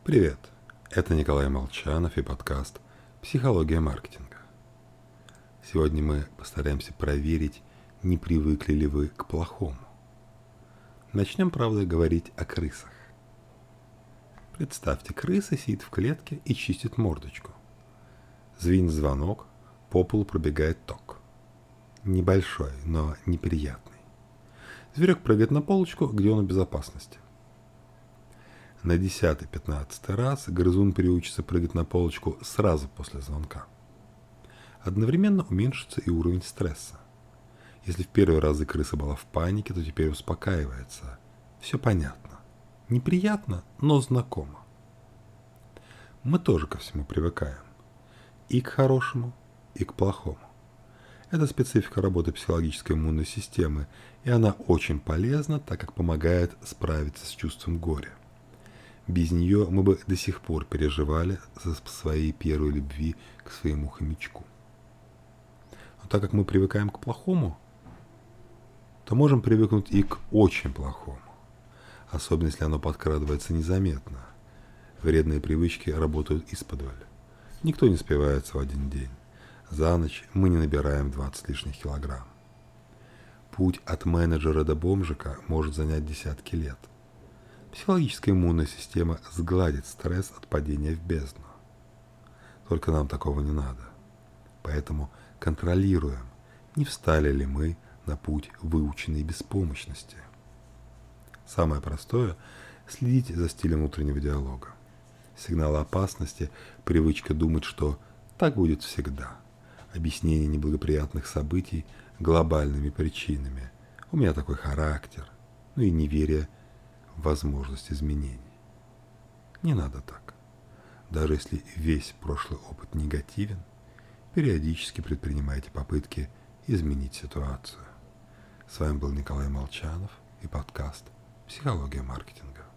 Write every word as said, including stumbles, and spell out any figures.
Привет, это Николай Молчанов и подкаст «Психология маркетинга». Сегодня мы постараемся проверить, не привыкли ли вы к плохому. Начнем, правда, говорить о крысах. Представьте, крыса сидит в клетке и чистит мордочку. Звенит звонок, по полу пробегает ток. Небольшой, но неприятный. Зверек прыгает на полочку, где он в безопасности. На десятый-пятнадцатый раз грызун приучится прыгать на полочку сразу после звонка. Одновременно уменьшится и уровень стресса. Если в первые разы крыса была в панике, то теперь успокаивается. Все понятно. Неприятно, но знакомо. Мы тоже ко всему привыкаем. И к хорошему, и к плохому. Это специфика работы психологической иммунной системы, и она очень полезна, так как помогает справиться с чувством горя. Без нее мы бы до сих пор переживали за своей первой любви к своему хомячку. Но так как мы привыкаем к плохому, то можем привыкнуть и к очень плохому. Особенно если оно подкрадывается незаметно. Вредные привычки работают исподволь. Никто не спивается в один день. За ночь мы не набираем двадцать лишних килограмм. Путь от менеджера до бомжика может занять десятки лет. Психологическая иммунная система сгладит стресс от падения в бездну. Только нам такого не надо. Поэтому контролируем, не встали ли мы на путь выученной беспомощности. Самое простое – следить за стилем внутреннего диалога. Сигналы опасности – привычка думать, что так будет всегда. Объяснение неблагоприятных событий глобальными причинами. У меня такой характер. Ну и неверие возможность изменений. Не надо так. Даже если весь прошлый опыт негативен, периодически предпринимайте попытки изменить ситуацию. С вами был Николай Молчанов и подкаст «Психология маркетинга».